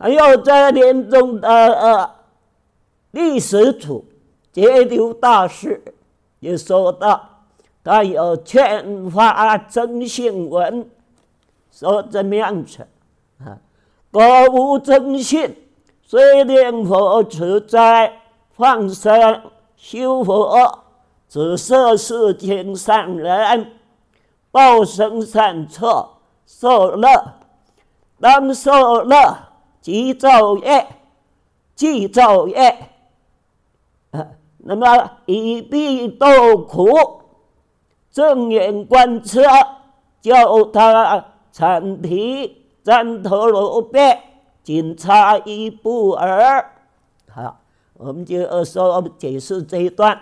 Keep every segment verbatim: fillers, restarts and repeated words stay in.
还有在莲宗的呃历史处节流大师也说到，他有劝发真信文，说怎么样子啊？果无真信，虽念佛持斋放生修佛，只摄世间善人，报生善错，受乐。当受乐，即造业，即造业。啊，那么以必斗苦，正眼观测，叫他阐提旃陀罗辩，仅差一步耳。好，我们就说解释这一段。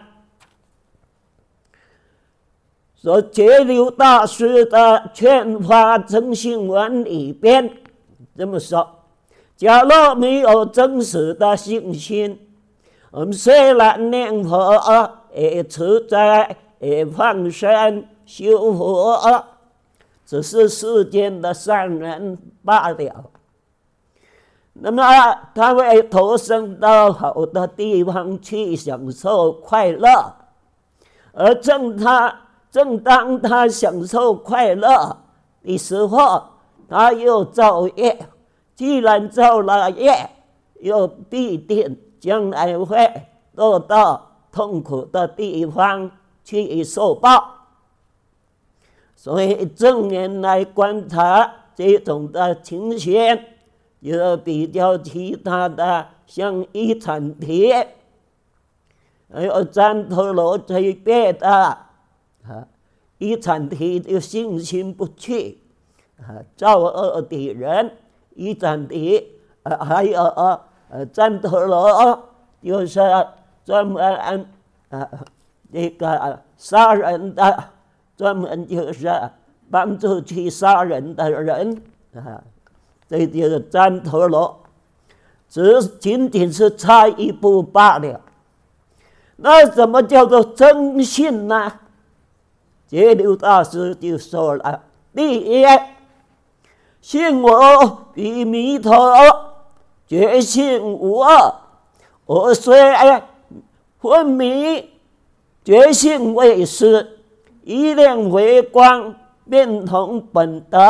说节流大师的劝发真信文里边这么说：假若没有真实的信心，我们虽然念佛，也持斋，也放生修佛，只是世间的善人罢了。那么他会投生到好的地方去享受快乐，而正他正当他享受快乐的时候，他又造业。既然造了业，又必定将来会落到痛苦的地方去受报。所以正面来观察这种的情形，也比较其他的像一禅提，还有旃陀罗这一边的啊，一禅提就信心不去啊，造恶的人。一禅提，呃，还有呃，旃陀罗，就是专门呃这个杀人的，专门就是帮助去杀人的人啊，这就是旃陀罗，只仅仅是差一步罢了。那怎么叫做真信呢？节流大师就说了：第一，信我比弥陀，觉性无二。我虽昏迷，觉性未失，一念回光，变同本德。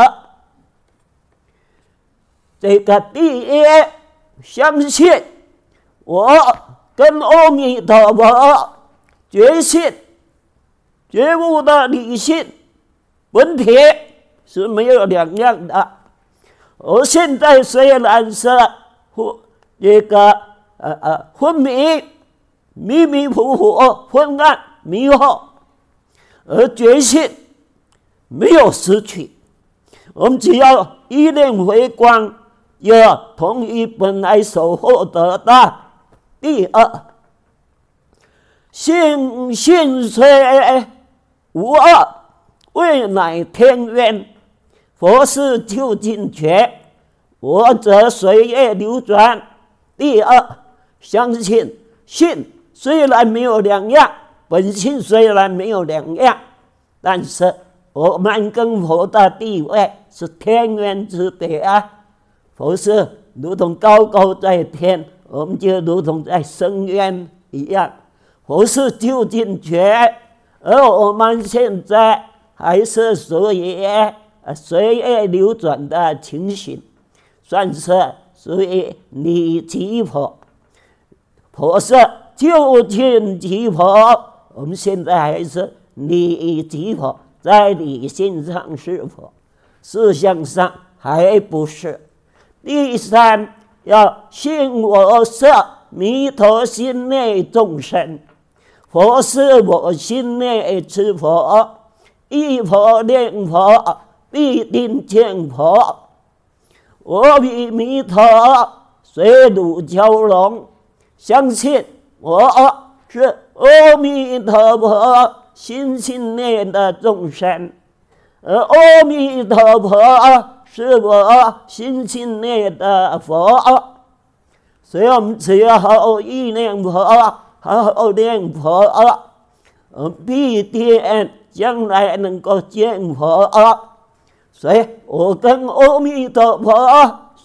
这个第一，相信我跟阿弥陀佛觉性、觉悟的理性本体是没有两样的。我现在虽然是这个呃呃昏迷、迷迷糊糊、昏暗、迷惑，而觉性没有失去。我们只要一念回光，要同于本来所获得的。第二，信信虽无二，未乃天渊。佛是究竟觉，我则随业流转。第二，相信信虽然没有两样，本性虽然没有两样，但是我们跟佛的地位是天渊之别啊。佛是如同高高在天，我们就如同在深渊一样。佛是究竟觉，而我们现在还是属于随业流转的情形，算是属于理即佛。佛是究竟即佛，我们现在还是理即佛，在理性上是佛，思想上还不是。第三，要信我是弥陀心内众生，佛是我心内之佛，忆佛念佛，必定见佛。我与弥陀水乳交融，相信我是阿弥陀佛心性内的众生，而阿弥陀佛是我心性内的佛。所以我们只要好好意念佛，好好念佛，我们必定将来能够见佛。所以我跟阿弥陀佛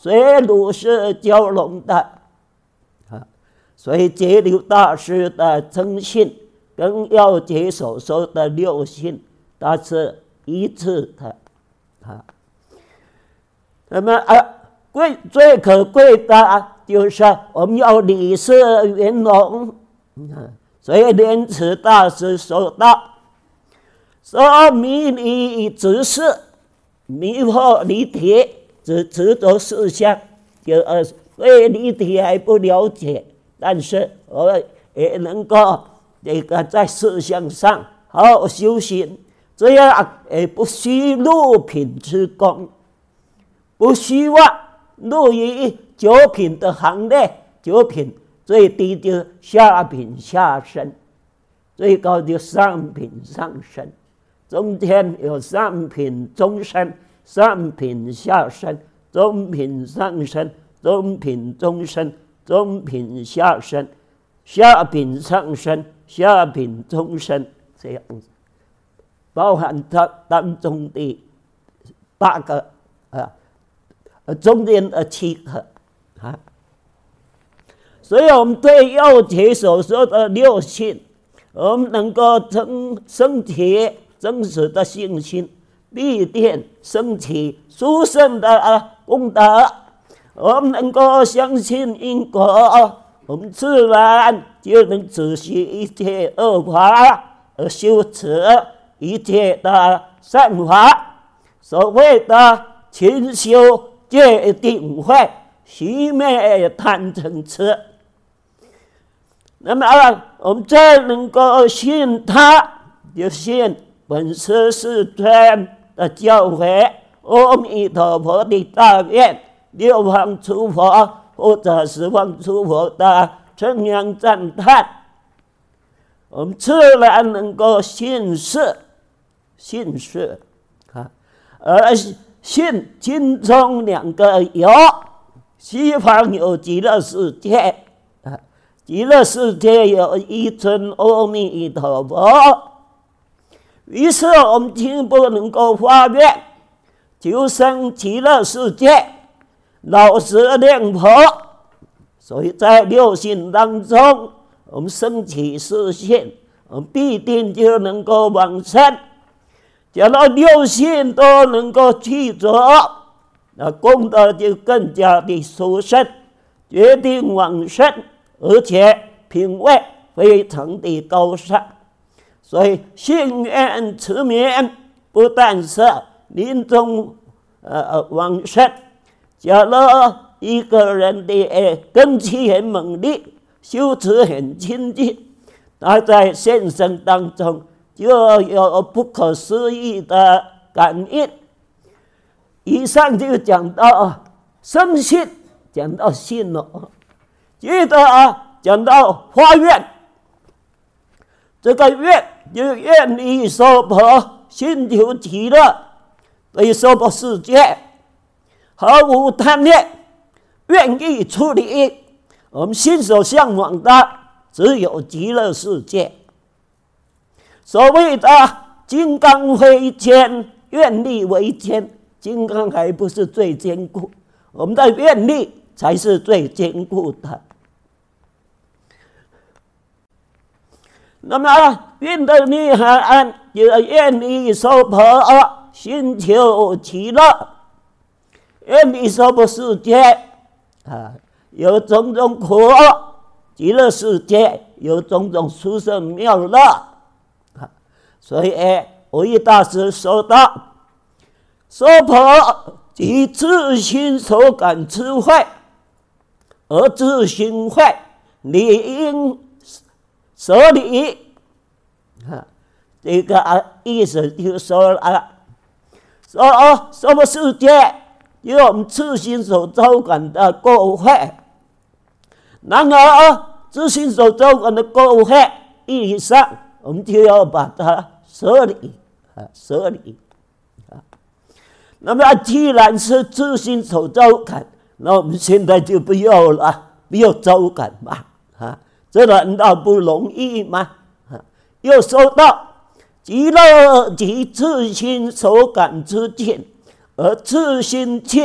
水路是蛟龙的啊，所以节流大师的诚信跟要解所说的六信，它是一致的啊。那么啊，贵最可贵的就是我们要理事圆融，所以莲池大师说道：说迷离执事，迷惑离体，只执着事项，就呃对离体还不了解，但是我也能够这个在事项上好好修行，这样也不虚六品之功，不希望入于九品的行列。九品最低就下品下生，最高就上品上生，中间有上品中生、上品下生、中品上生、中品中生、中品下生、下品上生、下品中生，这样子，包含它当中的八个啊，中间的七个啊。所以我们对要解所说的六信，我们能够增升起真实的信心，必定升起殊胜的功德。我们能够相信因果，我们自然就能止息一切恶法，而修持一切的善法。所谓的勤修戒定慧，熄灭贪嗔痴。那么我们再能够信他，就信本师世尊的教诲，阿弥陀佛的大愿，六方诸佛或者十方诸佛的称扬赞叹，我们自然能够信是信是啊，而信经中两个有，西方有极乐世界啊。极乐世界有一尊阿弥陀佛，于是我们进一步能够发愿求生极乐世界，老实念佛。所以在六信当中，我们升起四信，我们必定就能够往生。假如六信都能够具足，那功德就更加的殊胜，决定往生。而且品位非常的高尚，所以信愿持名不但是临终呃往生，假如一个人的根基很猛烈，修持很清净，他在现生当中就有不可思议的感应。以上就讲到生信，讲到信了。接着啊，讲到发愿，这个愿就愿力娑婆，心求极乐，对娑婆世界毫无贪恋，愿意处理。我们心所向往的只有极乐世界。所谓的金刚非坚，愿力为坚。金刚还不是最坚固，我们的愿力才是最坚固的。那么愿的内涵就是愿力娑婆，心求极乐。愿力娑婆世界啊，有种种苦；极乐世界有种种殊胜妙乐啊。所以惟一大师说道：娑婆即自心所感智慧，而自心慧，理应舍离啊，这个啊意思就说了，说哦，娑婆世界有我们自心所招感的过患，然而自心所招感的过患意义上，我们就要把它舍离啊，舍离啊。那么既然是自心所招感，那我们现在就不要了，不要招感嘛啊。这难道不容易吗？又说到极乐即自心所感之境，而自心境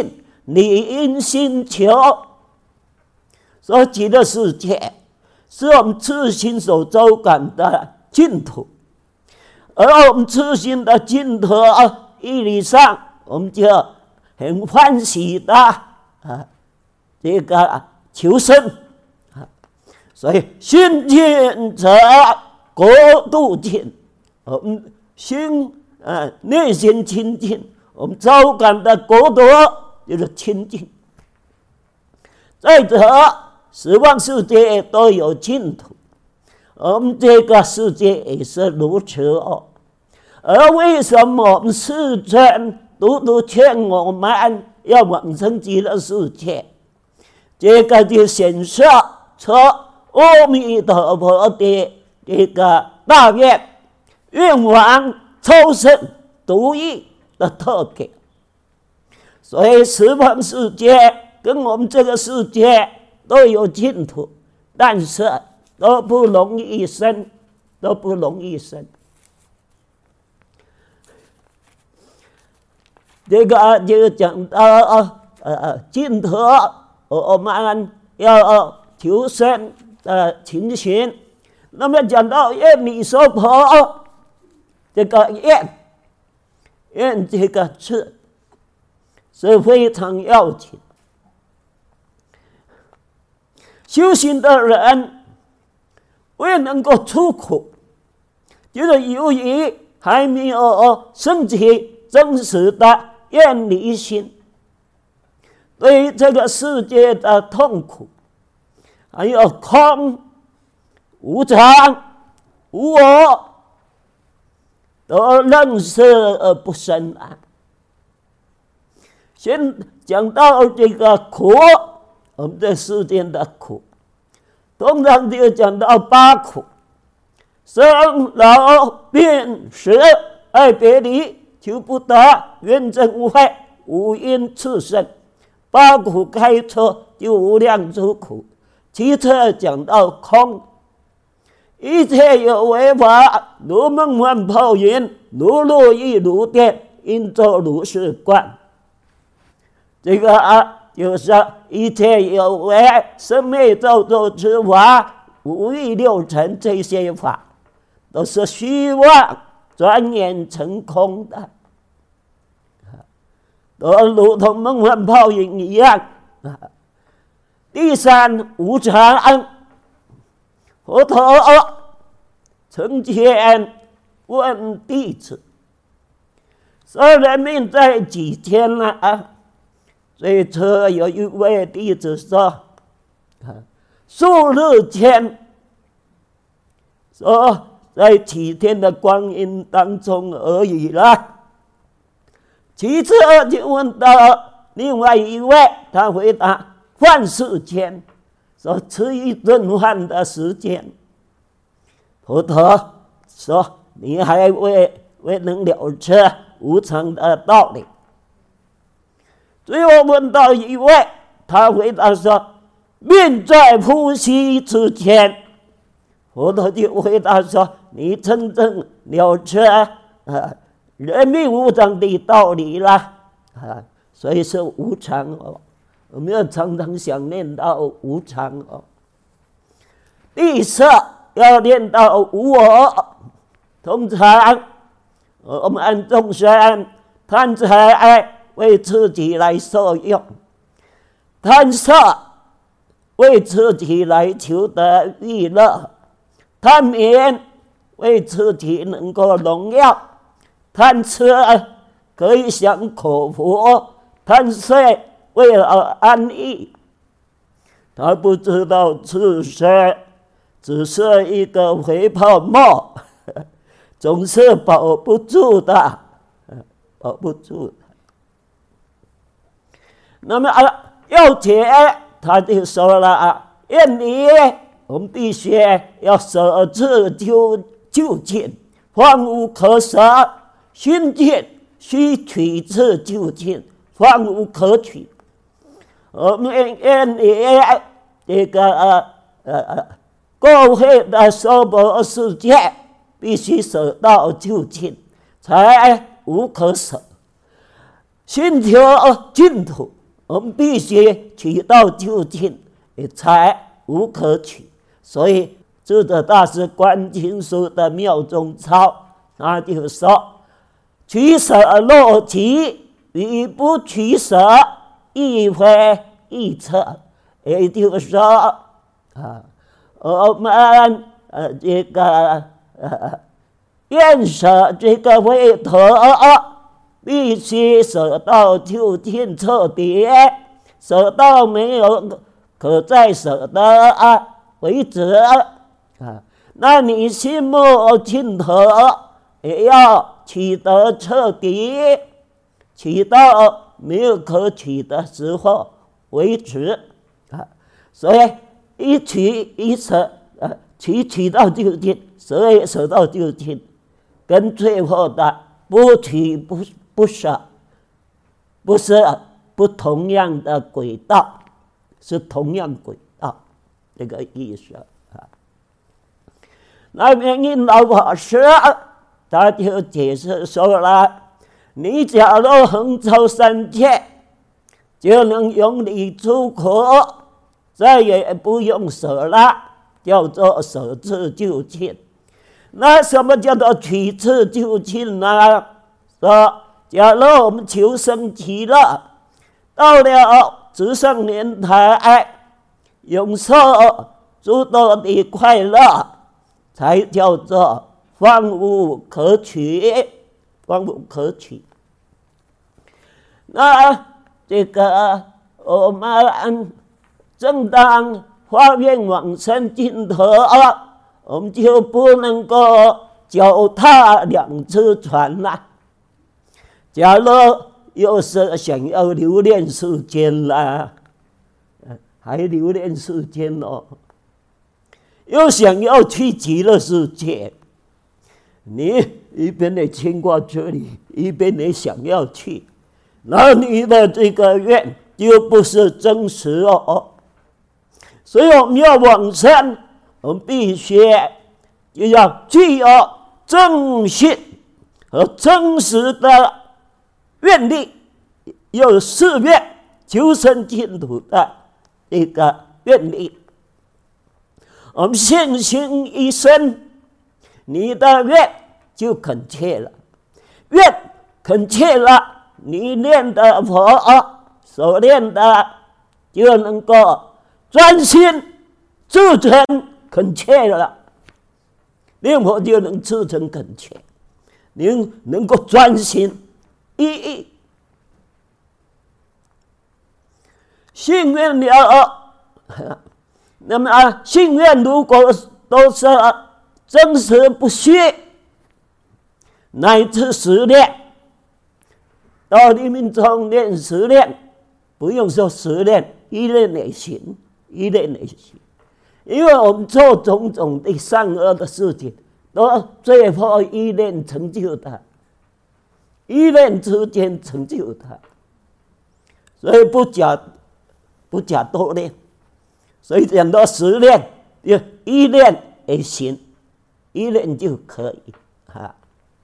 你因信求所及的世界，是我们自心所周感的净土。而我们自心的净土义理上，我们就很欢喜的啊，这个求生啊，所以心净则国度净。我们心啊内心清净，我们周感的国土就是清净。再者，十方世界都有净土，我们这个世界也是如此哦。而为什么我们世尊独独劝我们要往生极乐世界？这个就显示出阿弥陀佛的这个大愿愿望超胜独一的特点。所以十方世界跟我们这个世界都有净土，但是都不容易生，都不容易生。这个就讲到呃净土，我们要求生的情形。那么讲到愿力说婆，这个愿愿这个字是非常要紧。修行的人未能够出苦，就是由于还没有升起真实的愿离心，对于这个世界的痛苦，还有空、无常、无我，都认识而不深啊。先讲到这个苦，我们这世间的苦，通常就讲到八苦：生、老、病、死、爱别离、求不得、怨憎无害、五阴炽盛。八苦开出就无量诸苦。其次讲到空，一切有为法，如梦幻泡影，如露亦如电，应作如是观。这个啊，就是一切有为生灭造作之法，五欲六尘这些法，都是虚妄转眼成空的，都如同梦幻泡影一样。第三，无常。佛陀曾经问弟子说：“人命在几天呢？”啊，所以这有一位弟子说：“数日间。”说在几天的光阴当中而已了。其次就问到另外一位，他回答：“饭世间。”说吃一顿饭的时间。佛陀说：“你还未未能了知无常的道理。”最后问到一位，他回答说：“命在呼吸之间。”佛陀就回答说：“你真正了知啊人命无常的道理了啊，所以是无常哦。”我们要常常想念到无常哦。第四，要念到无我。通常我们按众生贪财为自己来受用，贪色为自己来求得娱乐，贪名为自己能够荣耀，贪吃可以享口福，贪睡为了安逸。他不知道自身只是一个肥泡沫，总是保不住的，保不住的。那么啊，要解他就说了啊，愿离我们必须要舍自究究竟，方无可舍；心净须取自究竟，方无可取。我们愿离这个呃呃过去的娑婆世界，必须舍到究竟，才无可舍。寻求净土， 我们必须取到究竟，才无可取。所以智者大师观经书的妙中操，他就说：取舍若即，与不取舍，亦非一策。也就是说，啊，我们呃这个呃愿舍这个为头，必须舍到究竟彻底，舍到没有可再舍的啊为止啊。那你心目尽头也要取得彻底，取到没有可取的时候为止啊。所以一取一舍，啊，取取到究竟，舍也舍到究竟，跟最后的不取不不舍，不是不同样的轨道，是同样轨道，这个意思啊。那边印老法师他就解释说了：你假如横超三界，就能永离诸苦，再也不用舍了，叫做舍智究竟。那什么叫做取智究竟呢？说，假如我们求生极乐，到了至圣年台，永受诸多的快乐，才叫做方无可取，方无可取。那这个我们正当发愿往生净土，我们就不能够脚踏两只船了。假如又是想要留恋世间啦，还留恋世间哦，又想要去极乐世界，你一边的牵挂这里，一边的想要去，那你的这个愿就不是真实哦。所以我们要往生，我们必须就要具有正信和真实的愿力，有誓愿求生净土的一个愿力。我们信心一生，你的愿就恳切了，愿恳切了，你念的佛所念的就能够专心至诚恳切了，念佛就能至诚恳切，您能够专心一意。信愿了，那么啊，信愿如果都是真实不虚，乃至十念，到黎明中念十念，不用说十念，一念也行，一念也行。因为我们做种种的善恶的事情，都最后一念成就它，一念之间成就它，所以不假不假多念，所以讲到十念，一念也行，一念就可以啊。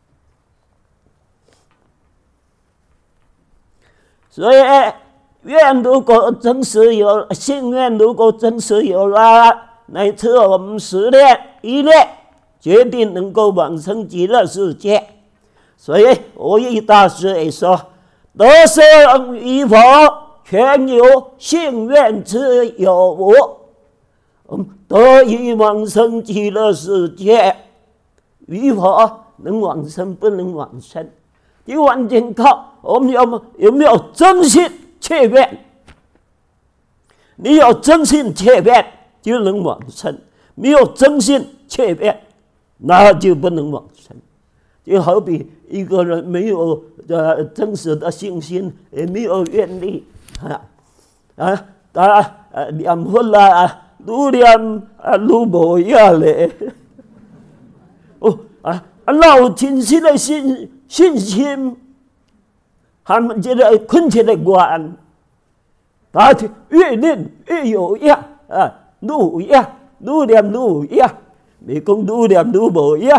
所以愿如果真实有，信愿如果真实有了，乃至我们十念一念决定能够往生极乐世界。所以蕅益大师也说：得生于佛，全由信愿之有无。我们得以往生极乐世界，与佛能往生不能往生，就完全靠我们有没有有没有真心切愿。你有真心切愿就能往生，没有真心切愿那就不能往生。就好比一个人没有呃真实的信心，也没有愿力啊啊啊啊念佛啦，愈念啊愈无影咧。哦啊啊，那有真实的信信心，和这个恳切的愿，他就越念越有影啊，愈有影，愈念愈有影，未讲愈念愈无影。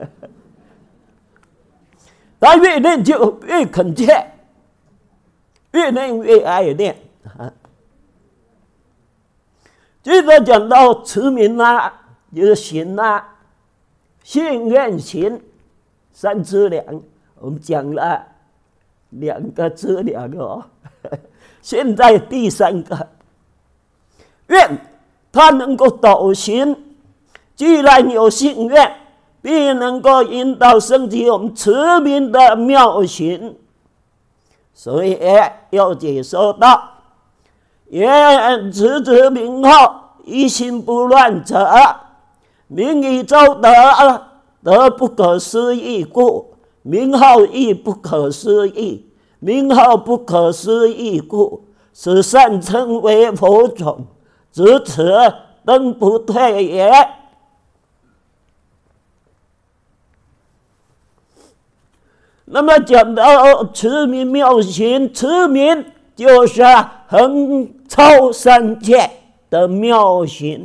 他越念就越恳切， 越念越爱念啊。接着讲到持名啊，就是行啊，信愿行三资粮，我们讲了两个资粮哦，现在第三个愿，它能够导行。既然有信愿，必能够引导升起我们持名的妙行，所以要解说到：愿持之名号，一心不乱者，名以周德，德不可思议故，名号亦不可思议。名号不可思议故，是善称为佛种，只此登不退也。那么讲到持名妙行，持名就是横超三界的妙行，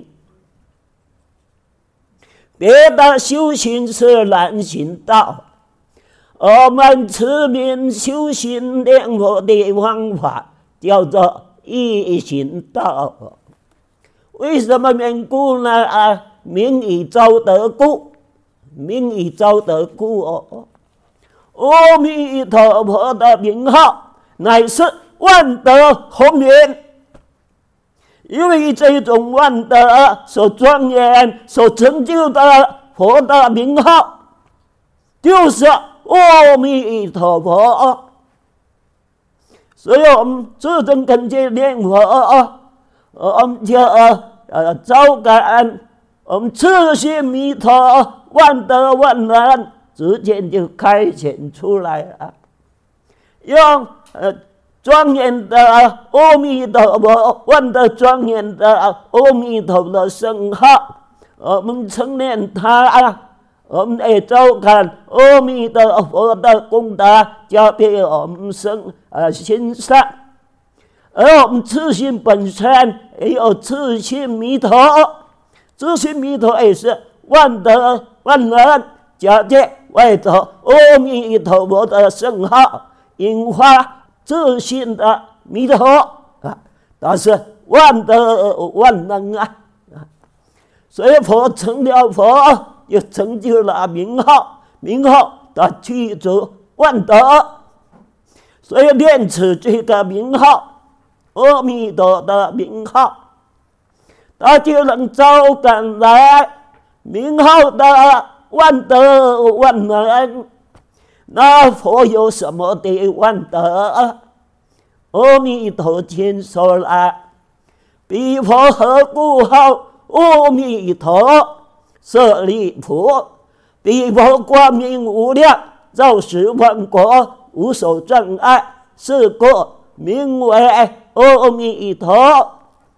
别的修行是难行道，我们持名修行念佛的方法叫做易行道。为什么缘故呢？啊，名以周德故，名以周德故哦。阿弥陀佛的名号乃是万德洪源，因为这种万德所庄严、所成就的佛的名号，就是阿弥陀佛。所以我们自证根基念佛，我们就呃招感我们自信弥陀万德万能。直接就开显出来了，用呃庄严的阿弥陀佛，万德庄严的阿弥陀佛的圣号，我们称念它，我们也照看阿弥陀佛的功德，加被我们生呃心上，而我们自信本身也有自信弥陀，自信弥陀也是万德万能，加借外头阿弥陀佛的圣号，引发自信的弥陀啊，它是万德万能啊！所以佛成了佛，就成就了名号，名号它具足万德，所以念此这个名号，阿弥陀的名号，它就能招感来名号的万德万能。那佛有什么的万德？阿弥陀经说了：彼佛何故号阿弥陀？舍利弗，彼佛光明无量，照十万国，无所障碍，是故名为阿弥陀。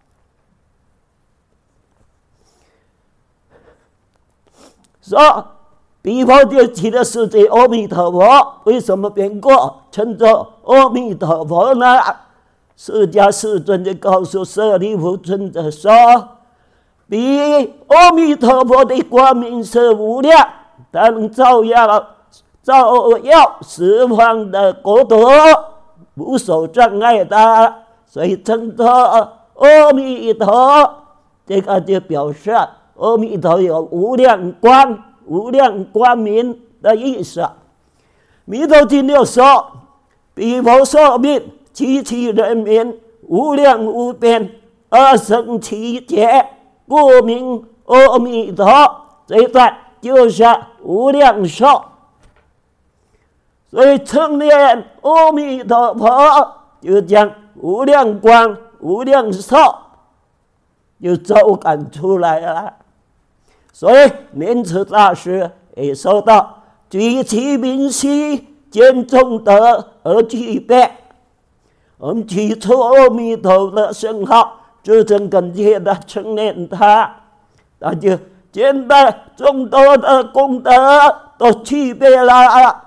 说彼佛就指的是这阿弥陀佛，为什么变过称作阿弥陀佛呢？释迦世尊就告诉舍利弗尊者说：彼阿弥陀佛的光明是无量，它能照耀照耀十方的国土，无所障碍的，所以称作阿弥陀。这个就表示阿弥陀有无量光、无量光明的意思。弥陀经又说：彼佛寿命及其人民无量无边，而生其劫，故名阿弥陀。这一段就是无量寿。所以称念阿弥陀佛，就将无量光、无量寿就照感出来了。所以莲池大师也说到：举其名兮，见众德而具备。我们举出阿弥陀的圣号，自证根切的称念他，那就见到众多的功德都具备了。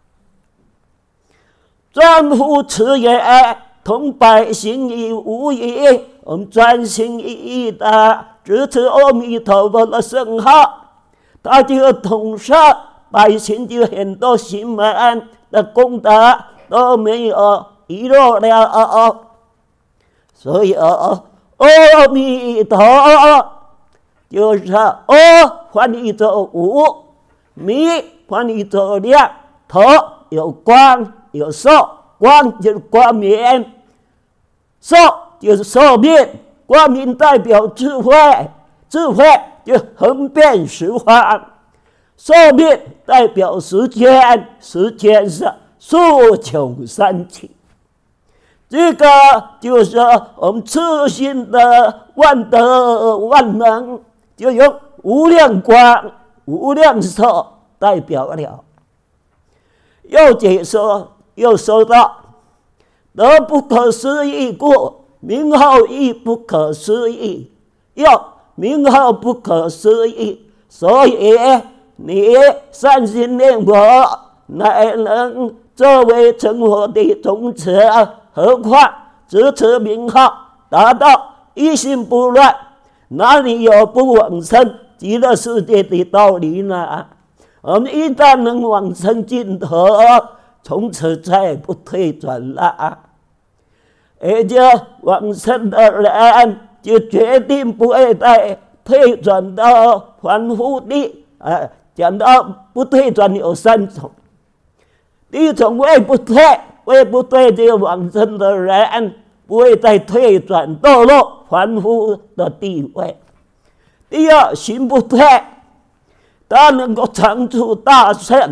专乎此也，同百姓亦无异。我们专心一意的支持阿弥陀佛的圣号，他就统摄百姓，就很多行门的功德都没有遗落了。所以阿弥陀就是阿翻译作无，弥翻译作亮，陀有光有寿，光就是光明，寿就是寿命，光明代表智慧，智慧就横遍十方，寿命代表时间，时间是数穷三七。这个就是我们自信的万德万能，就用无量光、无量寿代表了。又解说又说到，得不可思议故，名号亦不可思议。又名号不可思议，所以你善心念佛，乃能作为成佛的宗旨。何况只持名号，达到一心不乱，哪里有不往生极乐世界的道理呢？我们一旦能往生净土，从此再也不退转了。也就往生的人就决定不会再退转到凡夫地。啊，讲到不退转有三种，第一种位不退。位不对，这个往生的人不会再退转堕落凡夫的地位。第二，行不退，他能够常处大圣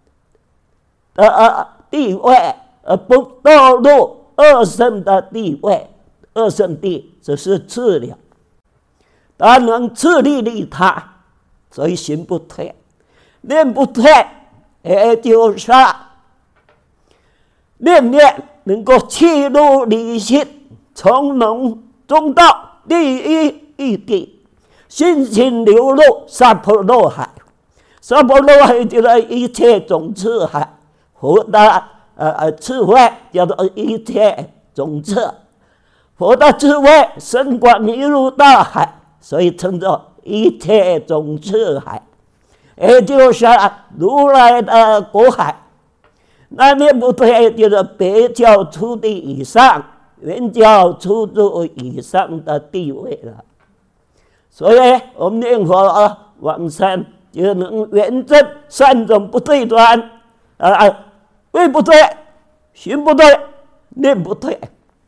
的地位，而不堕入二圣的地位。二圣地只是治疗，他能自利利他，所以行不退。念不退，也就是念念能够契入理性，从容中道，第一义谛，心性流入娑婆若海。娑婆若海就是一切种智海，佛的呃呃智慧叫做一切种智，佛的智慧深广一入大海，所以称作一切种智海，也就是如来的果海。那念不退就是别教出地以上，原教出入以上的地位了。所以我们念佛往生就能圆证三种不退转，啊，位不退，行不退，念不退。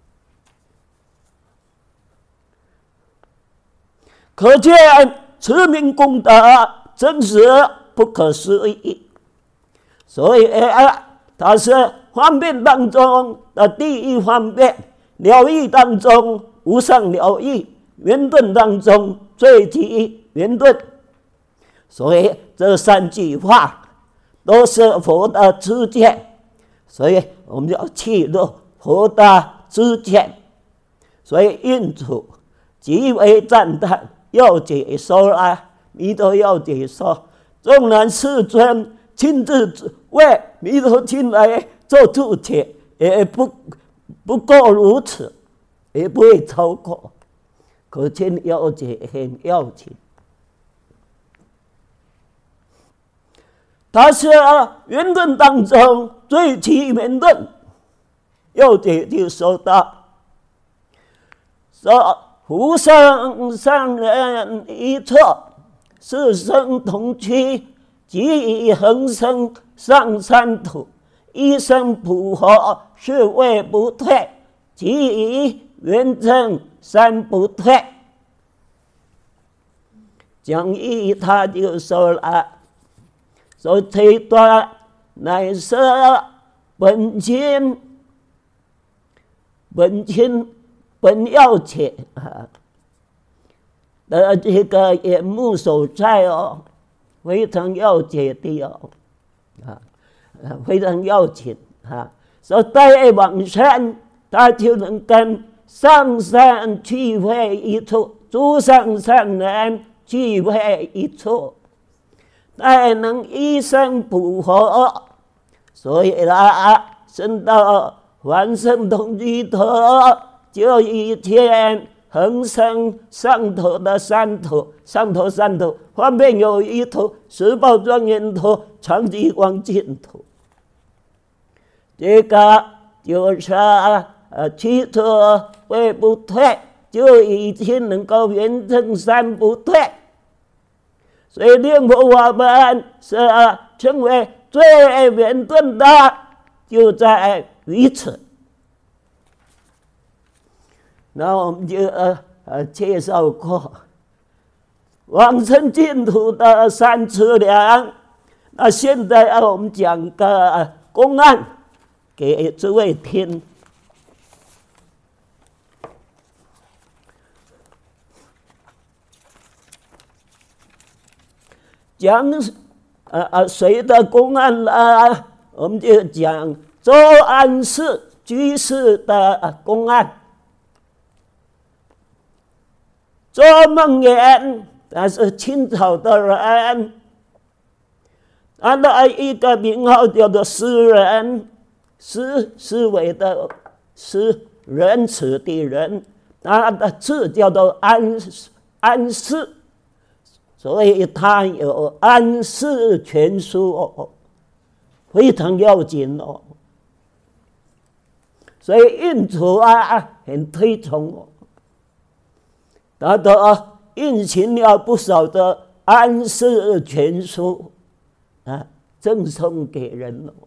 可见持名功德真实不可思议。所以啊。它是方便当中的第一方便，了义当中无上了义，圆顿当中最极圆顿。所以这三句话都是佛的知见，所以我们要契入佛的知见。所以印主极为赞叹，要解说啊，弥陀要解说，纵然世尊亲自为弥陀经来做注解，也不不过如此，也不会超过。可见要解很要紧。它是圆顿当中最起圆顿，要解就说到：说福生上人一错，四生同居。即以恒生上三途，一生普佛是位不退，即以圆正三不退。讲义他就说了，说这段乃是本经本经本要解啊的这个眼目所在哦。非常要解的哦，啊，非常要紧啊！所以待往生，他就能跟上善聚会一处，诸上善人聚会一处，待能一生普佛。所以啦，升到凡圣同居土，就一天恒生上头的三土，上头三土方便有一土，十报庄严土，常寂光净土。这个就是呃起初会不退，就已经能够圆成三不退。所以令我们是成为最圆顿的，就在于此。那我们就呃呃介绍过往生净土的三资粮。那现在啊，我们讲个公案给诸位听。讲呃呃谁的公案呢？我们就讲周安世居士的公案。周梦言他是清朝的人，他的一个名号叫做诗人，思思维的思，仁慈的仁，他的字叫做安安世。所以他有《安世全书》哦，非常要紧哦。所以印祖啊很推崇哦，他的印行了不少的《安世全书》啊，赠送给人哦。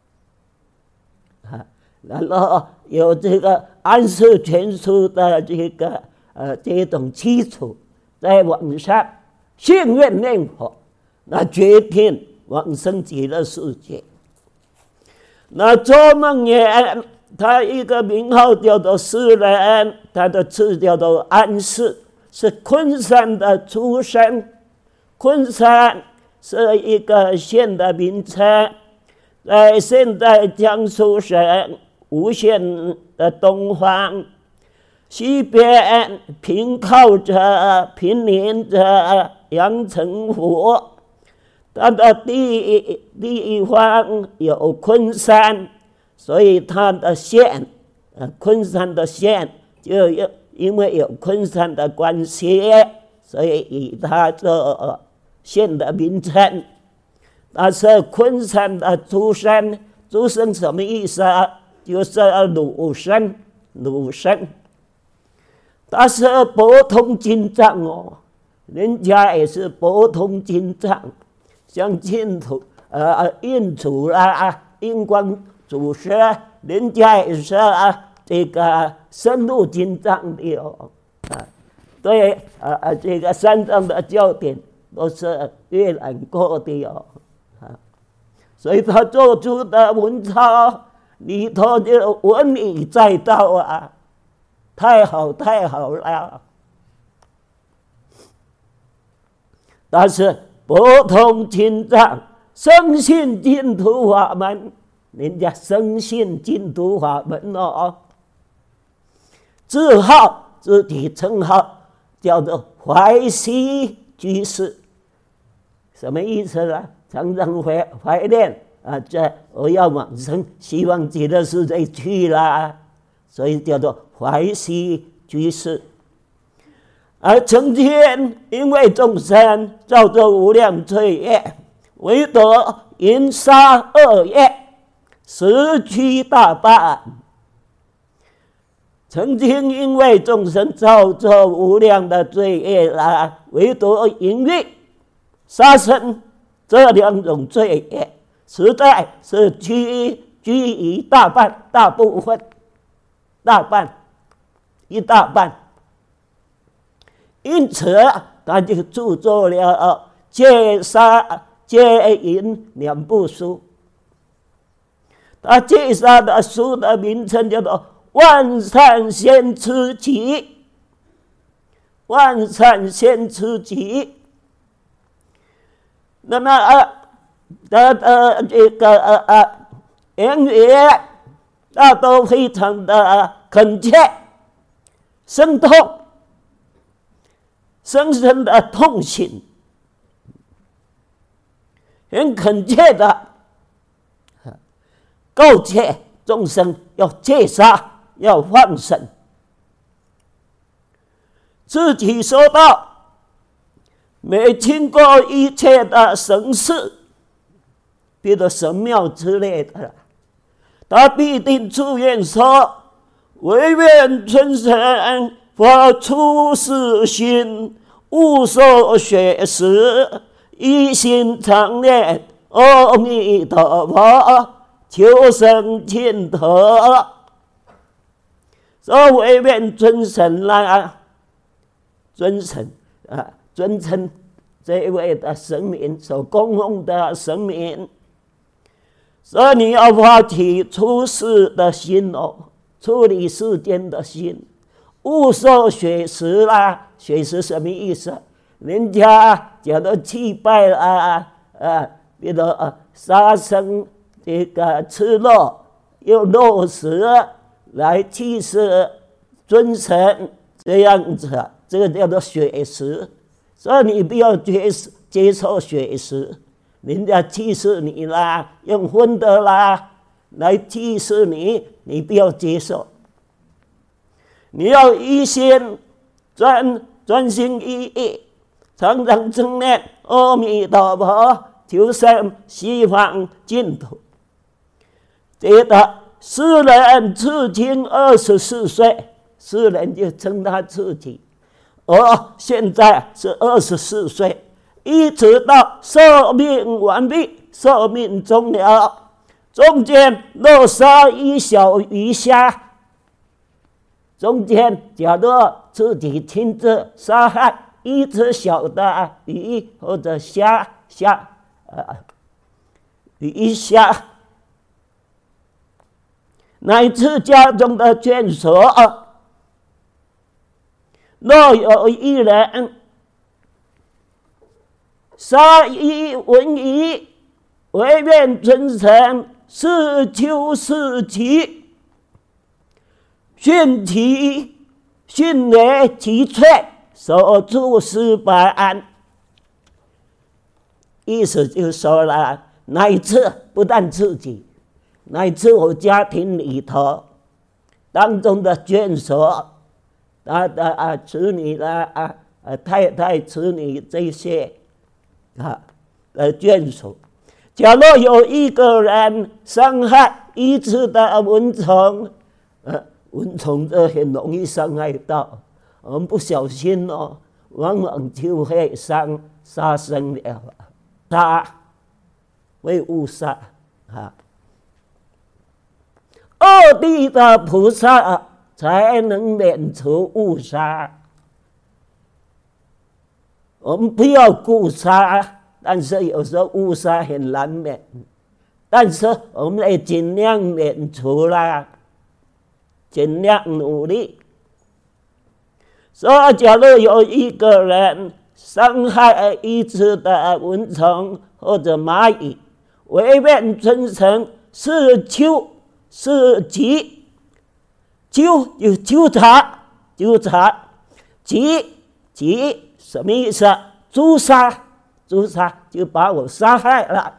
啊，然后有这个《安世全书》的这个呃这种基础，在网上信愿念佛，那决定往生极乐世界。那周梦言他一个名号叫做诗人，他的字叫做安世，是昆山的出身。昆山是一个县的名称，在现在江苏省吴县的东方，西边平靠着毗邻着阳澄湖，它的地地方有昆山，所以它的县，呃，昆山的县就有因为有昆山的关系，所以以它这县的名称。它是昆山的出身，出身什么意思啊？就是鲁生，鲁生。他是博通经藏哦。人家也是博通经藏，像净土呃印祖啦、印光祖师，人家也是啊这个深入经藏的哦啊，对啊啊这个三藏的教典都是阅览过的哦啊，所以他做出的文钞里头就文以载道啊，太好太好了。但是博通经藏，深信净土法门，人家深信净土法门哦。字号自己称号叫做怀西居士，什么意思呢？常常怀怀念啊，这我要往生，希望极乐世界去啦，所以叫做怀西居士。而曾经因为众生造作无量罪业，唯得淫杀恶业，十居大半。曾经因为众生造作无量的罪业啦，唯独淫欲、杀生这两种罪业，实在是居居于大半，大部分，大半，一大半。因此，他就著作了戒杀戒淫两部书。他戒杀的书的名称叫做《万善先持集》，《万善先持集》。那么呃，他的这个呃呃言语，大都非常的恳切、生动。深深的痛心，很恳切的告诫众生要戒杀，要放生。自己说道，没听过一切的神事，比如神庙之类的， 他必定出言说：“惟愿春神发出世心，勿受学识，一心常念阿弥陀佛，求生净土。”所以惟愿春神啦，尊神啊，尊称这一位的神明所供奉的神明。所以你要发起出世的心哦，处理世间的心，勿受学识啦。学识什么意思？人家假如祭拜啦，啊，比如啊杀生这个吃肉，用肉食来祭祀尊神，这样子，这个叫做学识。所以你不要接接受学识。人家祭祀你啦，用荤的啦来祭祀你，你不要接受。你要一心专专心一意，常常正念阿弥陀佛，求生西方净土。觉得世人至今二十四岁，世人就称他自己，而现在是二十四岁。一直到寿命完毕，寿命终了，中间若杀一小鱼虾，中间假如自己亲自杀害一只小的鱼或者虾虾呃鱼虾，乃至家中的眷属，若有一人杀一文一，惟愿春神四秋四季，训其训练其罪，守住四百安。意思就是说了，乃至不但自己，乃至我家庭里头当中的眷属，他的啊子女啦啊啊太太子女这些。啊，呃，眷属，假若有一个人伤害一只的蚊虫，呃，蚊虫这很容易伤害到，我们不小心哦，往往就会伤杀生了，杀为误杀啊。二地的菩萨才能免除误杀。我们不要故杀，但是有时候误杀很难免，但是我们也尽量免除啦，尽量努力。所以，假如有一个人伤害一只的蚊虫或者蚂蚁，惟愿春神四秋四季，纠就纠察纠察，急急。什么意思？诛杀，诛杀就把我杀害了。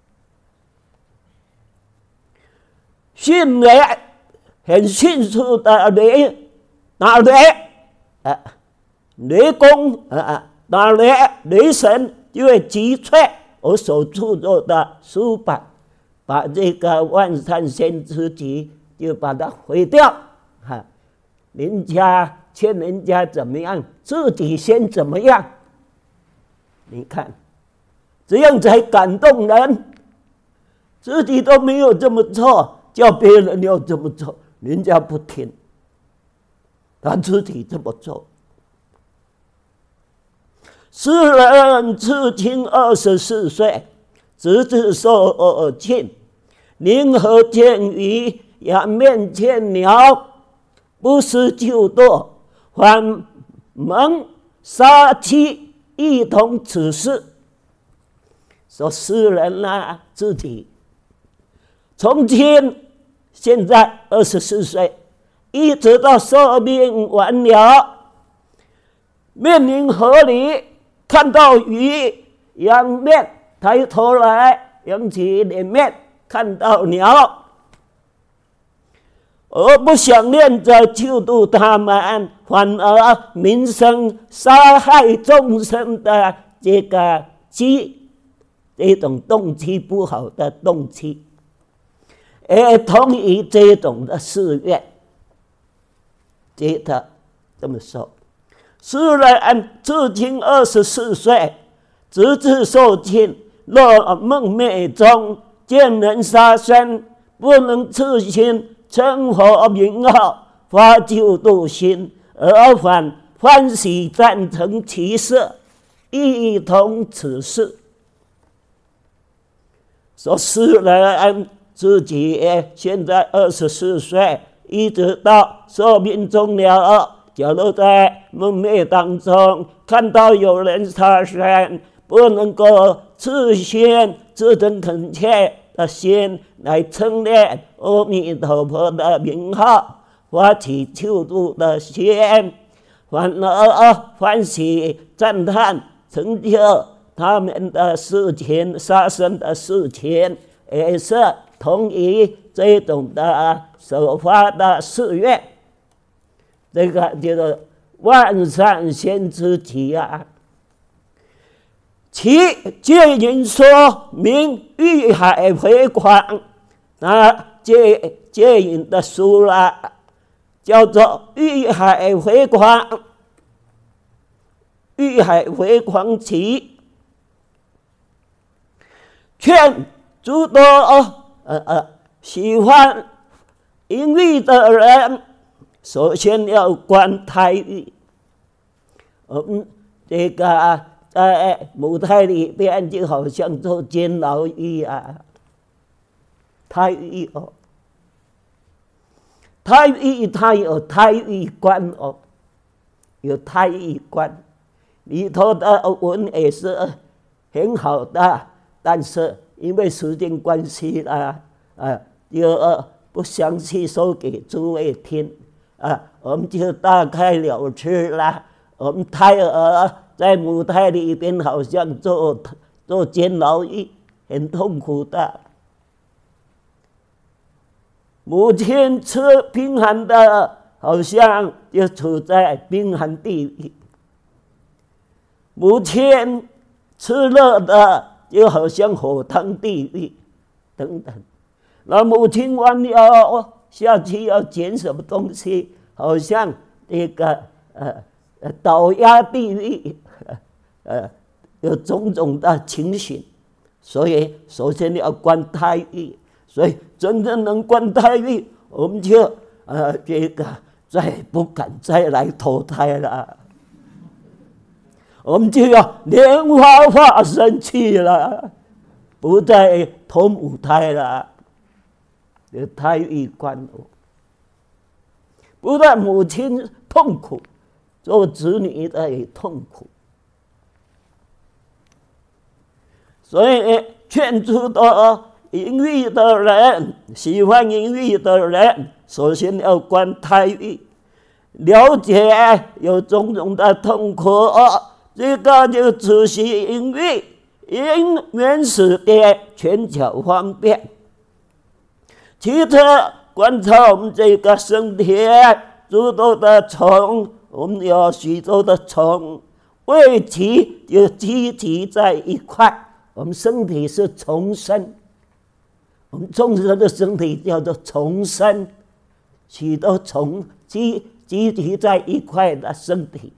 迅雷，很迅速的雷，打雷，啊，雷公啊，打雷，雷神就会击碎我所著作的书版，把这个万善先知集就把它毁掉。哈，人家。劝人家怎么样，自己先怎么样？你看，这样才感动人。自己都没有这么做，叫别人要这么做，人家不听，他自己这么做。世人至今二十四岁，直至寿而尽，宁可见鱼，仰面见鸟，不思救度。还蒙杀妻，一同此事。说世人啊，自己从今现在二十四岁，一直到寿命完了，面临河里看到鱼，仰面抬头来，扬起脸面看到鸟。而不想念着救度他们，反而民生杀害众生的这个机，这种动机不好的动机。 也同意这种的誓愿。接着这么说，诗人至今二十四岁，直至受尽，若梦寐中见人杀身，不能自心称佛名号，发救度心，而反欢喜赞成其事，一同此事。说诗人自己现在二十四岁，一直到寿命终了，假如在梦寐当中看到有人杀生，不能够自心自诚恳切的心来称念阿弥陀佛的名号，发起救度的心，反而欢喜赞叹成就他们的事情，杀生的事情，也是同意这种的所发的誓愿。这个叫做万善先知集啊。其戒引说明欲海回狂，那戒戒引的书啦，叫做欲海回狂，欲海回狂集，劝诸多呃呃喜欢淫欲的人，首先要观胎狱。我们这个在母胎里边就好像做监牢狱啊，胎狱哦，胎狱它有胎狱观哦，有胎狱观，里头的文也是很好的，但是因为时间关系啦，啊，就不详细说给诸位听啊，我们就大概了之了。我们胎儿在母胎里边好像做做监牢狱，很痛苦的。母亲吃冰寒的，好像就处在冰寒地狱；母亲吃热的，就好像火烫地狱等等。那母亲完了下去要捡什么东西，好像这个呃。倒压地狱，呃，有种种的情形，所以首先要观胎狱。所以真正能观胎狱，我们就呃这个再不敢再来投胎了，我们就要莲花化身去了，不再投母胎了。这胎狱观，不但母亲痛苦，做子女的也痛苦，所以劝诸多淫欲的人，喜欢淫欲的人，首先要观胎狱，了解有种种的痛苦，这个就只是淫欲，因原始的权巧方便。其次，观察我们这个身体诸多的虫。我们有许多的虫，胃集就集集在一块。我们身体是虫身，我们众生的身体叫做虫身，许多虫集集集在一块的身体。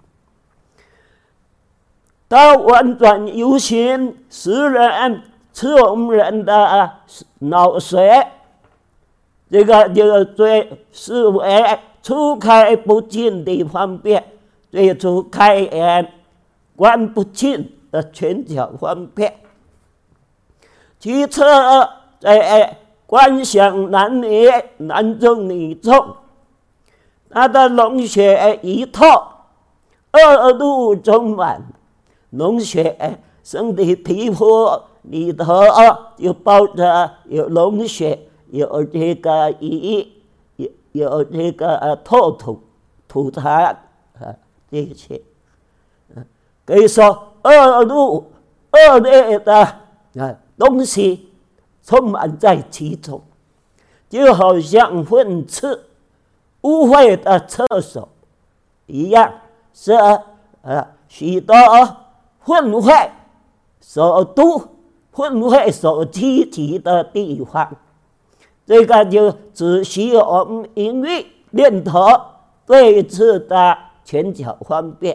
它婉转游行，使人吃我们人的脑髓，这个就最视为初开不进的方便，最初开眼观不进的权巧方便。其次，在观想男女，男众女众，他的脓血一透，二路充满，脓血身体皮肤里头就包着有脓血，有这个胰。有这个呃唾土、吐痰啊，这些，可以说恶路、恶劣的啊东西充满在其中，就好像粪厕、污秽的厕所一样，是呃许多粪秽所都、粪秽所聚集的地方。 这个就只需我们因为念头对治的权巧方便。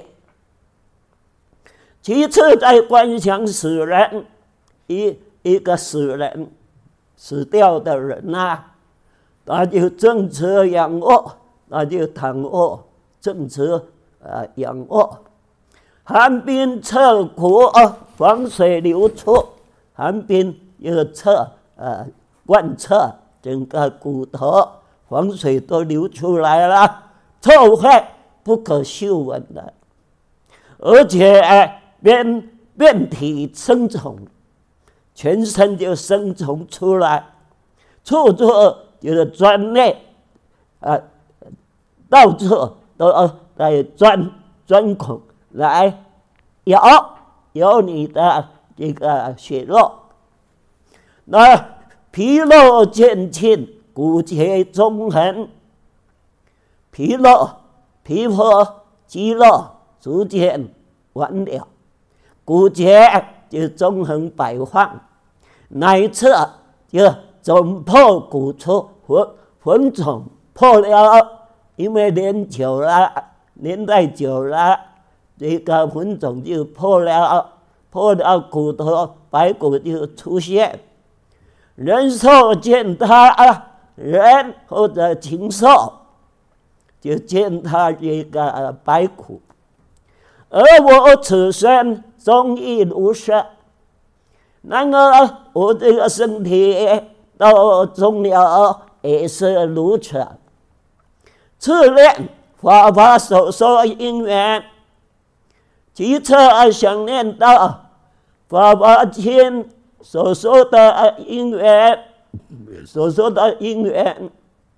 其次，在观想死人，一一个死人死掉的人啊，他就正直仰卧，他就躺卧正直啊仰卧，寒冰彻骨，黄水流出，寒冰又彻呃贯彻整个骨头，黄水都流出来了，臭秽不可嗅闻的，而且遍遍体生虫，全身就生虫出来，处处就是钻内，啊，到处都来钻钻孔来咬咬你的这个血肉，那皮肉渐沁，骨节中横，皮肉皮肤肌肉逐渐完了。骨节就中横摆放，乃至就肿破骨出，魂魂肿破了，因为年久了，年代久了，这个魂肿就破了，破了骨头，白骨就出现。人兽见他，人或者禽兽就见他这个白骨，而我此身终亦如是。然而我这个身体到终了也是如此。次念法法所说因缘，其次想念到法华经所说的因缘，所说的因缘，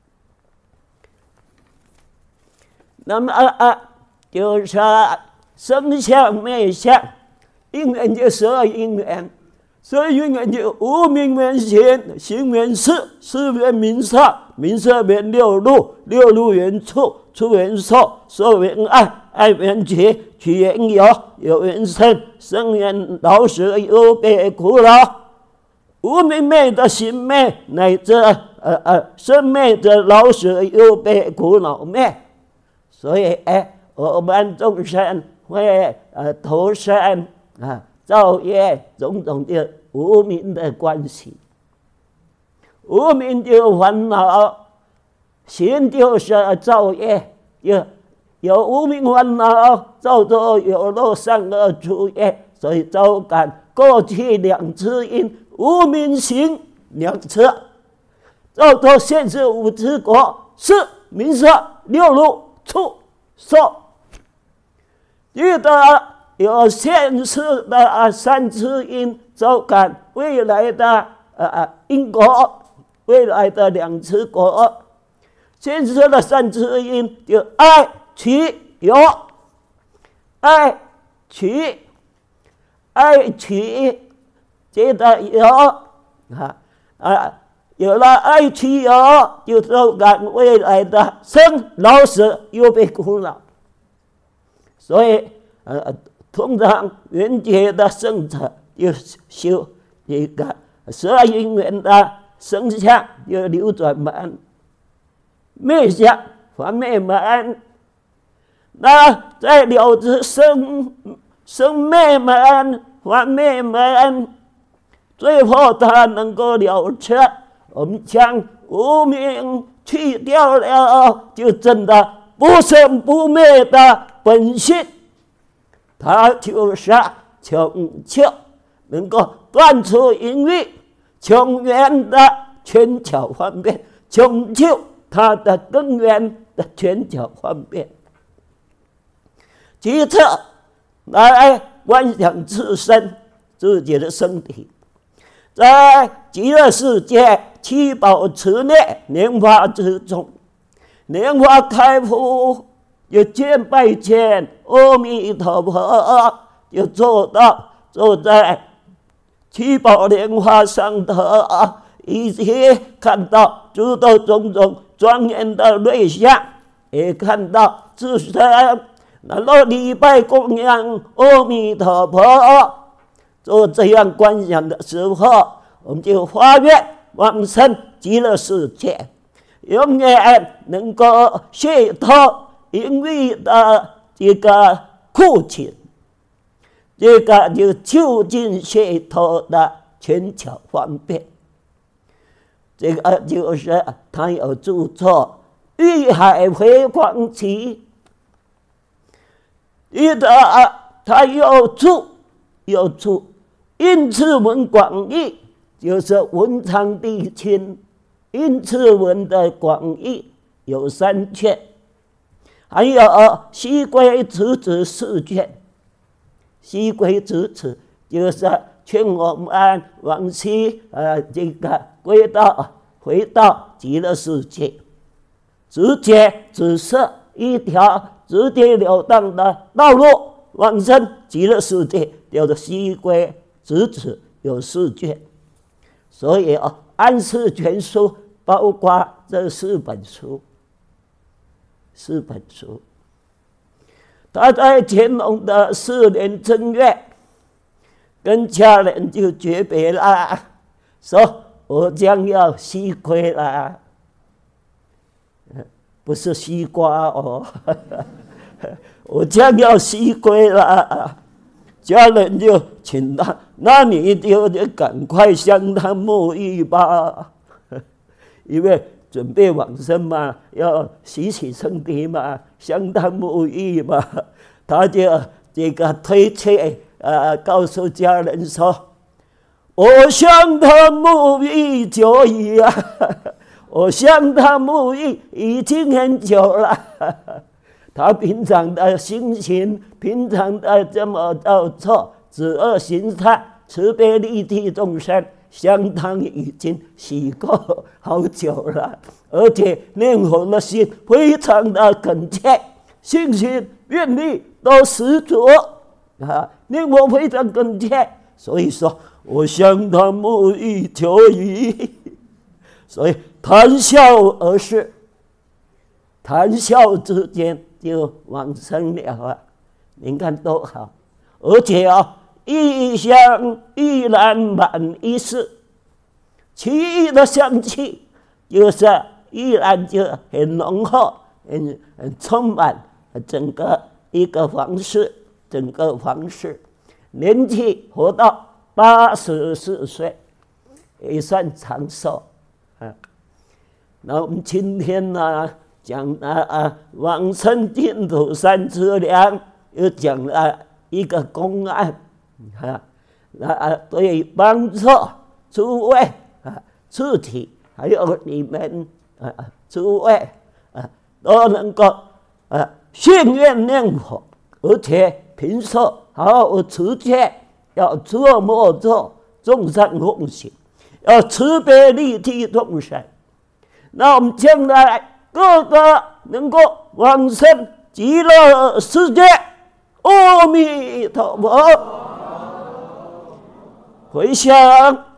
那么啊，就是生相灭相，因缘就十二因缘，十二因缘就无明缘行，行缘识，识缘名色，名色缘六路，六路缘触，触缘受，受缘爱，爱缘取，取缘有，有缘生，生缘老死忧悲苦恼。无明昧的行昧，乃至呃呃生昧的老死忧悲苦恼昧，所以哎，我们众生会呃投生啊造业种种的无明的关系，无明就烦恼，行就是造业，有有无明烦恼，造作有漏善恶诸业，所以招感过去两次因。无明行两次，造作现世五之果，是名色六路触受。遇到有现世的三次因，招感未来的呃因果，未来的两次果。现世的三次因就爱取有，爱取爱取。觉得有啊啊，有了爱取有，就招感未来的生老死忧悲苦恼。所以呃，通常圆觉的圣者就修一个十二因缘的生相，就流转门，灭相还灭门。那在了知生生灭门还灭门。最后他能够了彻，我们将无明去掉了，就真的不生不灭的本性，他就是穷究，能够断除因为穷源的权巧方便，穷究它的根源的权巧方便。其次来观想自身自己的身体。在极乐世界七宝池内莲花之中，莲花开敷，就见拜见阿弥陀佛，就坐到坐在七宝莲花上头，以及看到诸多种种庄严的瑞相，也看到自身然后礼拜供养阿弥陀佛。做这样观想的时候，我们就发愿往生极乐世界，永远能够解脱因为的这个苦情，这个就究竟解脱的全巧方便。这个就是他有著作《玉海回光集》，一的他有著有著，因此文广义，就是文昌帝亲，因此文的广义有三卷，还有西归子子四卷。西归子子就是劝我们往西，呃，这个归到回到极乐世界，直接指示一条直截了当的道路往生极乐世界，叫做西归子子有四卷。所以啊，安世全书包括这四本书，四本书。他在乾隆的四年正月，跟家人就诀别了，说我将要西归了，不是西瓜哦，我将要西归了。家人就请他，那你就赶快向他沐浴吧，因为准备往生嘛，要洗洗身体嘛，向他沐浴嘛。他就这个推荐，呃，告诉家人说：“我向他沐浴久矣啊，我向他沐浴已经很久了。”他平常的心情，平常的这么到做止恶行善、慈悲利济众生，相当已经洗过好久了，而且念佛的心非常的恳切，信心愿力都十足啊，念佛非常恳切，所以说我向他沐浴久矣，所以谈笑而逝，谈笑之间就往生了啊！您看多好，而且啊，异香依然满一世，其余的香气就是依然就很浓厚，很很充满整个一个房室，整个房室，年纪活到八十四岁，也算长寿啊。那我们今天呢？讲了啊，往生净土三资粮，又讲了一个公案啊，那对帮助诸位啊，自己还有你们啊，诸位啊，都能够啊信愿念佛，而且平时好好持戒，要做莫做，众善奉行，要慈悲利济众生。那我们将来个个能够往生极乐世界，阿弥陀佛。回向